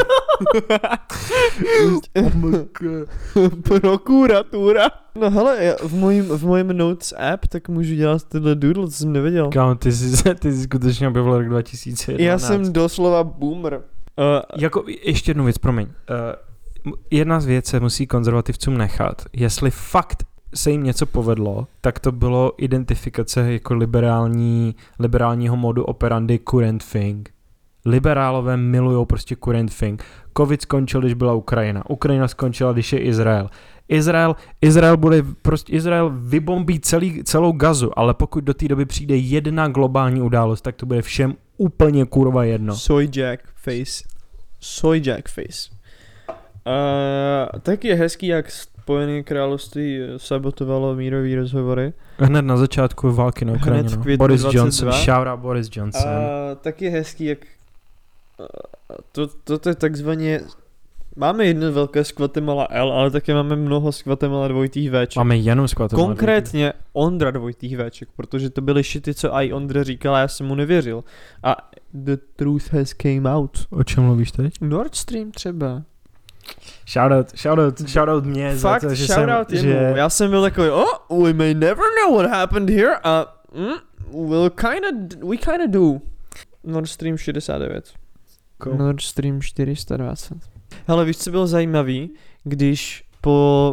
Prokuratura. No hele, já v mojím, v mojím Notes app tak můžu dělat tyhle doodle, co jsem nevěděl. Kámo, ty jsi, ty jsi skutečně objevil rok dva tisíce jedenáct. Já jsem doslova boomer. Uh, Jako, ještě jednu věc, promiň. Uh, jedna z věcí se musí konzervativcům nechat. Jestli fakt se jim něco povedlo, tak to bylo identifikace jako liberální, liberálního modu operandy current thing. Liberálové milujou prostě current thing. Covid skončil, když byla Ukrajina. Ukrajina skončila, když je Izrael. Izrael, Izrael bude, prostě Izrael vybombí celý, celou Gazu, ale pokud do té doby přijde jedna globální událost, tak to bude všem úplně kurva jedno. Soy Jack Face. Soy Jack Face. Uh, tak je hezký, jak Spojené království sabotovalo mírový rozhovory. Hned na začátku války na Ukrajině. Hned v No. květnu Boris dvacet dva. Johnson, shout out Boris Johnson. A tak je hezký, jak uh, to, toto je takzvaně máme jedno velké z Guatemala L, ale také máme mnoho z Guatemala dvojitých Vček. Máme jenom skvat. Konkrétně Ondra dvojitých Vček, protože to byly shity, co i Ondra říkal a já jsem mu nevěřil. A the truth has came out. O čem mluvíš teď? Nord Stream třeba. Shoutout, shoutout, shoutout mě Fakt, za to, že shoutout jsem, jemu. že... Já jsem byl takový, oh, we may never know what happened here, a mm, we'll kinda, we kinda do. Nord Stream šedesát devět. Cool. Nord Stream čtyři sta dvacet. Hele, víš, co bylo zajímavý, když po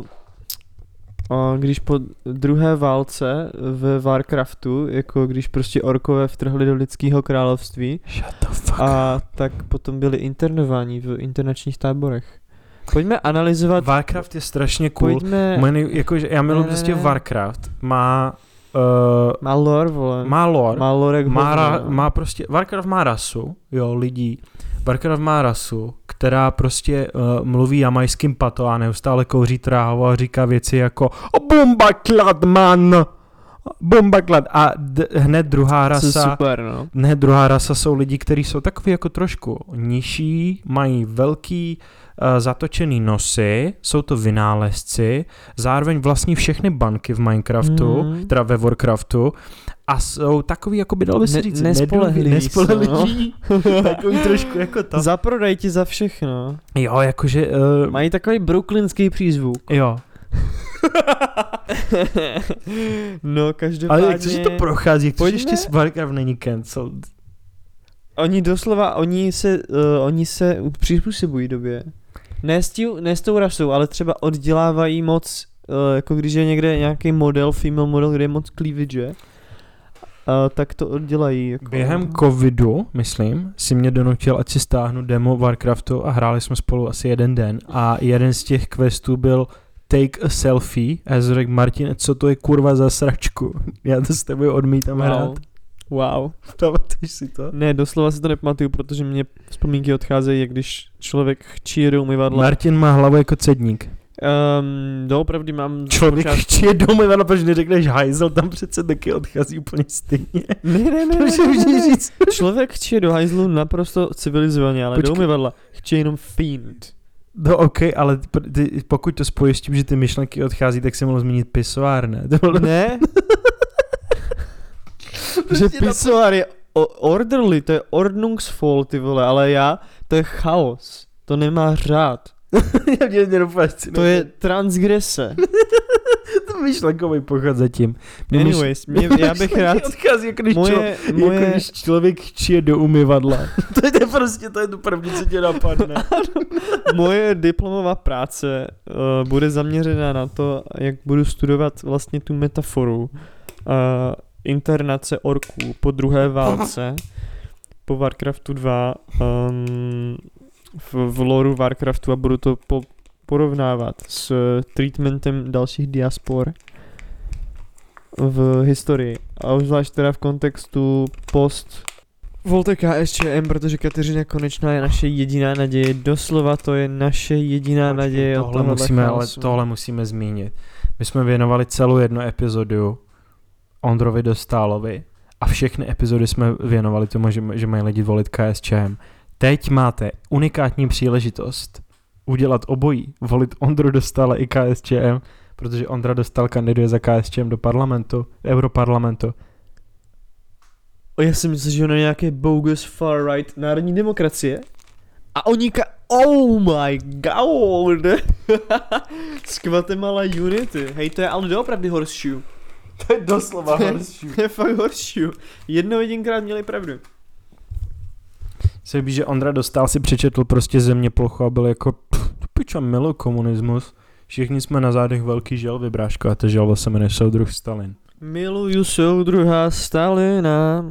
a když po druhé válce v Warcraftu, jako když prostě orkové vtrhli do lidského království, Shut the fuck a tak potom byli internováni v internačních táborech. Pojďme analyzovat. Warcraft je strašně cool. Pojďme. Můj nej, jakože, já miluji Ne, ne, prostě ne. Warcraft. Má... Uh, Má lore, vole. má lore. Má lore jak Má, ra, hovno. má prostě... Warcraft má rasu, jo, lidí. Warcraft má rasu, která prostě uh, mluví jamajským pato a neustále kouří trávu a říká věci jako bombaklad, man! Bombaklad. A d- hned druhá To je rasa... super, no. Ne, druhá rasa jsou lidi, kteří jsou takový jako trošku nižší, mají velký uh, zatočený nosy, jsou to vynálezci, zároveň vlastní všechny banky v Minecraftu, Mm. teda ve Warcraftu, a jsou takový, jako by dalo by se Ne- říct, nespolehliví nedůvě- jsou, no. nespolehliví, takový trošku jako to. Zaprodaj ti za všechno. Jo, jakože, uh, Mají takový brooklynský přízvuk. jo. No, každopádně... Ale jak to, že to prochází, jak to, že Pojďme- ještě Warcraft není cancelled. Oni doslova, oni se, uh, oni se přizpůsobují době. Ne s, tí, ne s tou rasou, ale třeba oddělávají moc, uh, jako když je někde nějaký model, female model, kde je moc cleavage, uh, tak to oddělají. Jako... Během covidu, myslím, si mě donutil, ať si stáhnu demo Warcraftu a hráli jsme spolu asi jeden den a jeden z těch questů byl take a selfie a já jsem řekl, Martin, co to je kurva za sračku? Já to s tebou odmítám wow. hrát. Wow. Pamatuješ si to? Ne, doslova si to nepamatuju, protože mě vzpomínky odcházejí, jak když člověk chčí do umyvadla. Martin má hlavu jako cedník. Um, doopravdy mám... Člověk chčí do umyvadla, protože neřekneš hajzel, tam přece taky odchází úplně stejně. Ne, ne, ne, to ne, ne, říct. Člověk chčí do hajzlu naprosto civilizovaně, ale Počkej. do umyvadla chčí jenom fiend. No ok, ale ty, pokud to spojíš s tím, že ty myšlenky odchází, tak se mohl zmínit pisoár, ne? To bylo... Ne? Že pisoár je orderly, to je ordnungsvoll, ty vole, ale já, to je chaos, to nemá řád. Já mě nedopáč, to je transgrese. To myšlenkový pochod zatím. Mě Anyways, mě, já bych rád... odchází, jako když, moje, člo, moje... jako když člověk chčije do umyvadla. To je prostě, to je to první, co tě napadne. Moje diplomová práce uh, bude zaměřená na to, jak budu studovat vlastně tu metaforu uh, internace orků po druhé válce, po Warcraftu dva, um, v, v loreu Warcraftu a budu to po, porovnávat s treatmentem dalších diaspor v historii. A zvlášť teda v kontextu post Volte K S Č M, protože Kateřina Konečná je naše jediná naděje. Doslova to je naše jediná Počkej, naděje. Tohle musíme, ale tohle musíme zmínit. My jsme věnovali celou jednu epizodu Ondrovi Dostálovi a všechny epizody jsme věnovali tomu, že, že mají lidi volit K S Č M. Teď máte unikátní příležitost udělat obojí, volit Ondru Dostála i K S Č M, protože Ondra Dostál kandiduje za K S Č M do parlamentu, Europarlamentu. O, já si myslím, že on je nějaké bogus far right národní demokracie. A oni ka... Oh my god! Z Guatemala Unity. Hej, to je ale doopravdy horseshoe. To je doslova horseshoe. To je fakt horseshoe. Jednou jedinkrát měli pravdu. Se líbí, že Ondra Dostál si přečetl prostě země plochu a byl jako piča, miluji komunismus. Všichni jsme na zádech velký želvy, bráško, a to želvo se jmenuje soudruh Stalin. Miluju soudruha Stalina.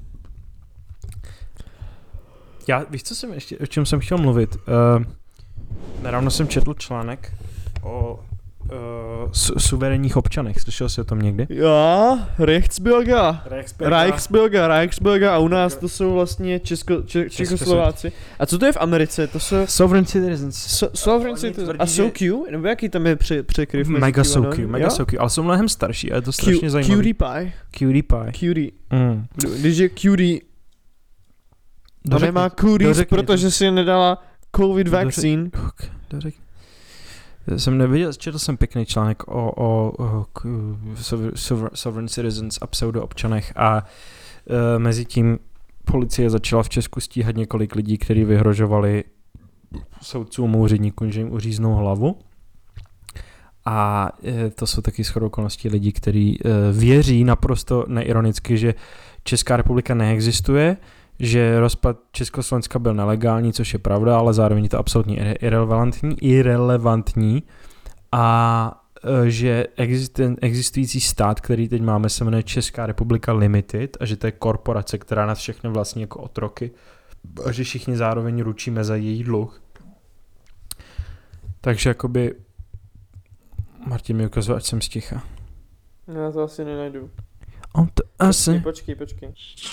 Já, víš, co jsem ještě, o čem jsem chtěl mluvit? Uh, nedávno jsem četl článek o uh, su- suverénních občanech. Slyšel jsi o tom někdy? Já, Rechtsbürger. Reichsbürger. Reichsbürger, Reichsbürger a u nás to jsou vlastně Česko, Če- Čechoslováci. A co to je v Americe? To jsou... Sovereign citizens. So, sovereign citizens. A jsou Q? Nebo jaký tam je při, překryv? Mega jsou Q, mega jsou Q, ale jsou mnohem starší a je to strašně zajímavé. Cutie pie. Cutie pie. Cutie. Mm. Když je cutie, to nemá cuties, protože si nedala covid vaccine. Dořekni. Jsem neviděl, četl jsem pěkný článek o, o, o k, sover, sovereign citizens a pseudoobčanech a e, mezi tím policie začala v Česku stíhat několik lidí, kteří vyhrožovali soudcům, úředníkům, že jim uříznou hlavu. A e, to jsou taky shodou okolností lidi, kteří e, věří naprosto neironicky, že Česká republika neexistuje, že rozpad Československa byl nelegální, což je pravda, ale zároveň je to absolutně irrelevantní, irrelevantní a e, že existen, existující stát, který teď máme, se jmenuje Česká republika Limited a že to je korporace, která nás všechny vlastní jako otroky a že všichni zároveň ručíme za její dluh. Takže jakoby Martin mi ukazuje, ať jsem sticha. Já to asi nenajdu. On to asi... Počkej, počkej, počkej.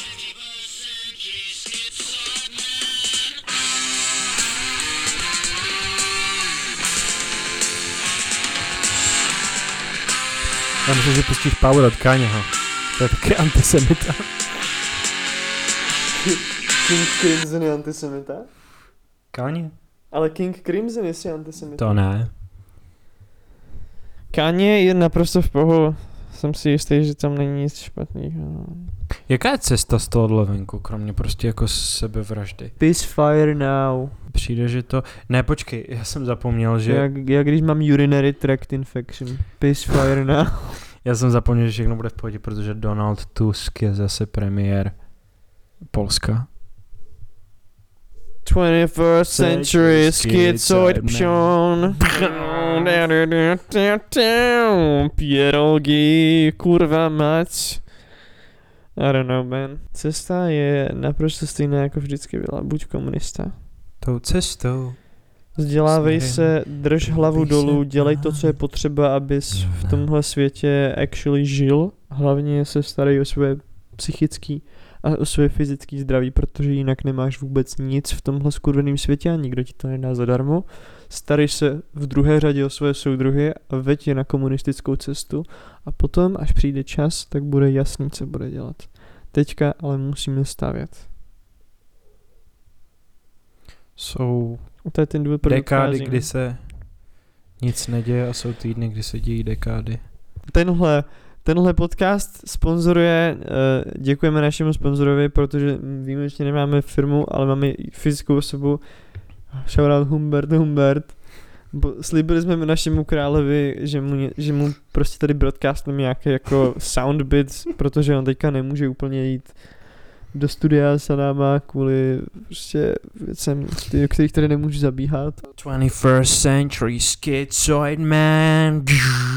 Já myslím, že pustíš Power od Kanyeho. To je taky antisemita. King Crimson je antisemita? Kanye? Ale King Crimson je antisemita. To ne. Kanye je naprosto v pohodě. Jsem si jistý, že tam není nic špatného. Jaká je cesta z tohohle venku, kromě prostě jako sebevraždy? Peace fire now. Přijde, že to... Ne, počkej, já jsem zapomněl, že... Jak, jak když mám urinary tract infection. Peace fire now. Já jsem zapomněl, že všechno bude v pohodě, protože Donald Tusk je zase premiér Polska. twenty-first century schizoid pšon. Pierogi, kurva mať. I don't know, man. Cesta je naprosto stejná, jako vždycky byla. Buď komunista. Tou cestou. Vzdělávej se, drž hlavu dolů, dělej to, co je potřeba, abys v tomhle světě actually žil. Hlavně se starej o své psychický a o své fyzický zdraví, protože jinak nemáš vůbec nic v tomhle skurveném světě a nikdo ti to nedá zadarmo. Starej se v druhé řadě o své soudruhy a veď je na komunistickou cestu a potom, až přijde čas, tak bude jasný, co bude dělat. Teďka ale musíme stavět. Jsou to je ten důvod, pro dekády, kdy se nic neděje a jsou týdny, kdy se dějí dekády. Tenhle, tenhle podcast sponzoruje, uh, děkujeme našemu sponzorovi, protože výjimečně nemáme firmu, ale máme fyzickou osobu. Shoutout Humbert, Humbert. Bo slíbili jsme našemu královi, že mu, že mu prostě tady broadcastneme nějaké jako sound bits, protože on teďka nemůže úplně jít do studia s náma kvůli prostě věcem, o kterých tady nemůžu zabíhat. twenty-first century schizoid man.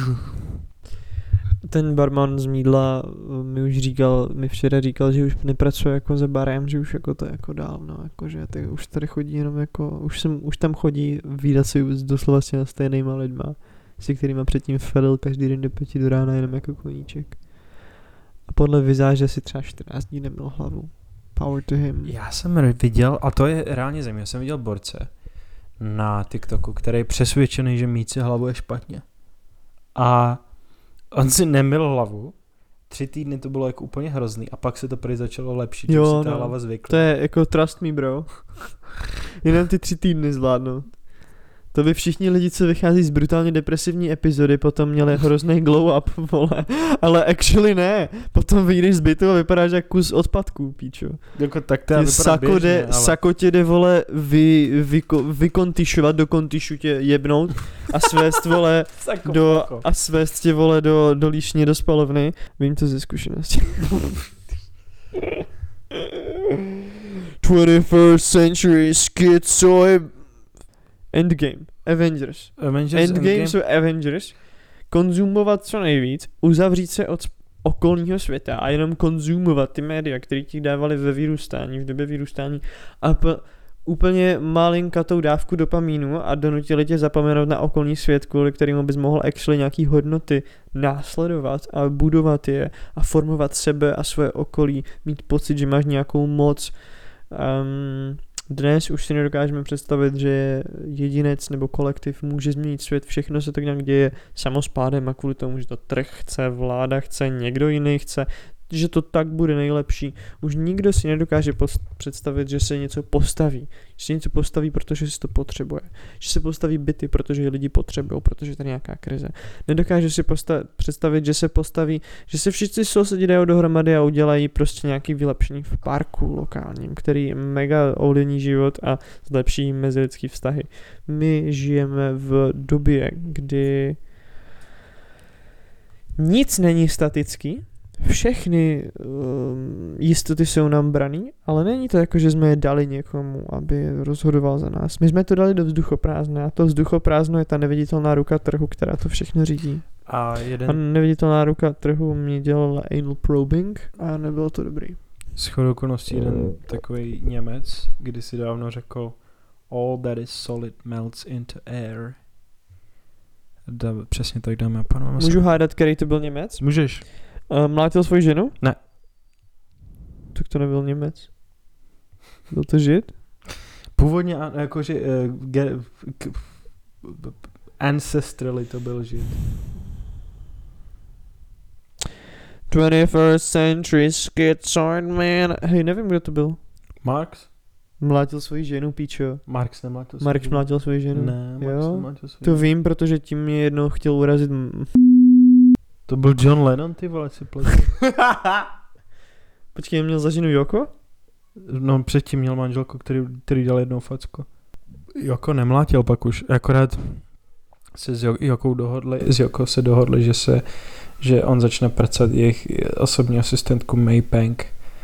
Ten barman z Mídla mi už říkal, mi včera říkal, že už nepracuje jako za barem, že už jako to jako dávno, jako že ty už tady chodí jenom jako, už jsem, už tam chodí vídat si doslova s těma stejnýma lidma, se kterýma předtím felil každý den do pěti do rána jenom jako koníček. A podle vizáže si třeba čtrnáct dní neměl hlavu. Power to him. Já jsem viděl, a to je reálně zajímavé, já jsem viděl borce na TikToku, který je přesvědčený, že mít si hlavu je špatně. A on si nemyl hlavu, tři týdny to bylo jako úplně hrozný a pak se to prý začalo lepší, že si ta no, hlava zvykla. To je jako trust me, bro. Jenom ty tři týdny zvládnou. To by všichni lidi, co vychází z brutálně depresivní epizody, potom měli hrozný glow up, vole. Ale actually ne. Potom vyjdeš z bytu a vypadáš jak kus odpadků, píčo. Jako tak to já vypadám sako, běžně, de, ale... sako tě jde, vole, vy, vy, vykontišovat, do kontišu tě jebnout a svést, vole, do, a svést tě, vole, do, do líšně, do spalovny. Vím to ze zkušenosti. twenty-first century schizoid Endgame. Avengers. Avengers Endgame, Endgame jsou Avengers. Konzumovat co nejvíc, uzavřít se od okolního světa a jenom konzumovat ty média, které ti dávali ve vyrůstání, v době vyrůstání a p- úplně malinkatou dávku dopamínu a donutili tě zapomenout na okolní svět, kvůli kterému bys mohl actually nějaký hodnoty následovat a budovat je a formovat sebe a své okolí, mít pocit, že máš nějakou moc. Um, Dnes už si nedokážeme představit, že jedinec nebo kolektiv může změnit svět, všechno se tak nějak děje samospádem a kvůli tomu, že to trh chce, vláda chce, někdo jiný chce, že to tak bude nejlepší. Už nikdo si nedokáže post- představit, že se něco postaví. Že se něco postaví, protože si to potřebuje. Že se postaví byty, protože je lidi potřebují, protože je tady nějaká krize. Nedokáže si posta- představit, že se postaví, že se všichni sousedí dají dohromady a udělají prostě nějaký vylepšení v parku lokálním, který mega ovlivní život a zlepší mezilidský vztahy. My žijeme v době, kdy nic není statický, všechny um, jistoty jsou nám braný, ale není to jako, že jsme je dali někomu, aby rozhodoval za nás. My jsme to dali do vzduchoprázdna a to vzduchoprázdno je ta neviditelná ruka trhu, která to všechno řídí. A, jeden... a neviditelná ruka trhu mě dělala anal probing a nebylo to dobrý. Shodou okolností jeden takový Němec kdysi dávno řekl all that is solid melts into air. Da, přesně tak, dáme a pánové. Můžu hádat, který to byl Němec? Můžeš. Uh, mlátil svoji ženu? Ne. Tak to nebyl Němec. Byl to Žid? Původně jakože uh, ge, k, ancestrally to byl Žid. twenty-first century schizoid man. Hej, nevím, kdo to byl. Marx? Mlátil svoji ženu, píčo. Marx nemlátil svoji Marx ženu. mlátil svoji ženu. Ne, Marx jo? nemlátil svoji To ženu. vím, protože tím mě jednou chtěl urazit. To byl John Lennon, ty vole, si pletu. Počkej, měl za ženu Joko? No předtím měl manželku, který, který dal jednou facku. Joko nemlátil pak už, akorát se s Jokou dohodli, s Joko se dohodli, že se, že on začne prcat jejich osobní asistentku May Pang.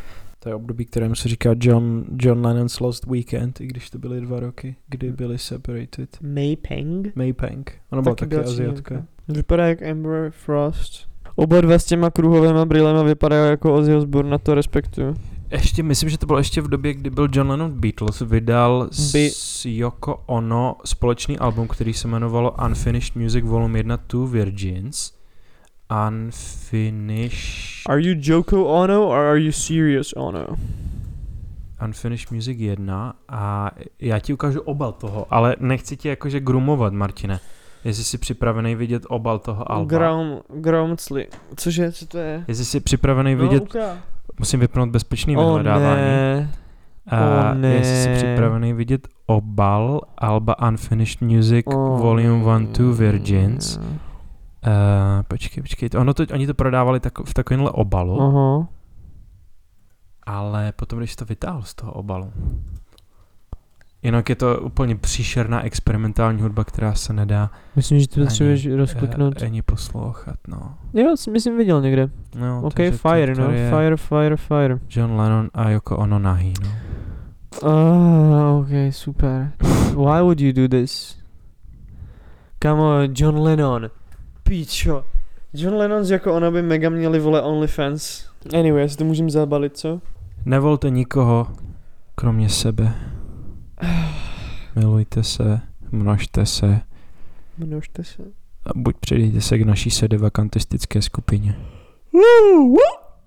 To je období, kterému se říká John, John Lennon's Lost Weekend, i když to byly dva roky, kdy byli separated. May Pang? May Pang. Ona byla taky, taky Aziatka. Vypadá jak Amber Frost. Oba dva s těma kruhovýma brýlema vypadají jako Ozzy Osbourne, na to respektuju. Ještě, myslím, že to bylo ještě v době, kdy byl John Lennon Beatles, vydal By... s Yoko Ono společný album, který se jmenovalo Unfinished Music Volume one Two Virgins. Unfinished... Are you Joko Ono or are you serious Ono? Unfinished Music one a já ti ukážu obal toho, ale nechci ti jakože grumovat, Martine. Jestli jsi připravený vidět obal toho alba. Grom, Gromcli. Cože, co to je? Jestli jsi připravený vidět... No, uká. Musím vypnout bezpečný oh, vyhledávání. Ne. A oh, ne. jestli jsi připravený vidět obal alba Unfinished Music oh, Volume one Two Virgins. Uh, počkej, počkej. Ono to, oni to prodávali tak, v takovémhle obalu. Aha. Ale potom, když to vytáhl z toho obalu. Jinak je to úplně příšerná experimentální hudba, která se nedá. Myslím, že to potřebuješ rozkliknout. Ani poslouchat, no. Jo, jsem myslím viděl někde. No, ok, Fire, no. Fire, Fire, Fire. John Lennon a Yoko Ono nahý, no. Ah, ok, super. Why would you do this? Kamo, John Lennon. Píčo. John Lennon jako ona by mega měli, vole, OnlyFans. Anyway, já si to můžem zabalit, co? Nevolte nikoho, kromě sebe. Milujte se, množte se. Množte se. A buď přidejte se k naší sedevakantistické skupině. Woo, woo.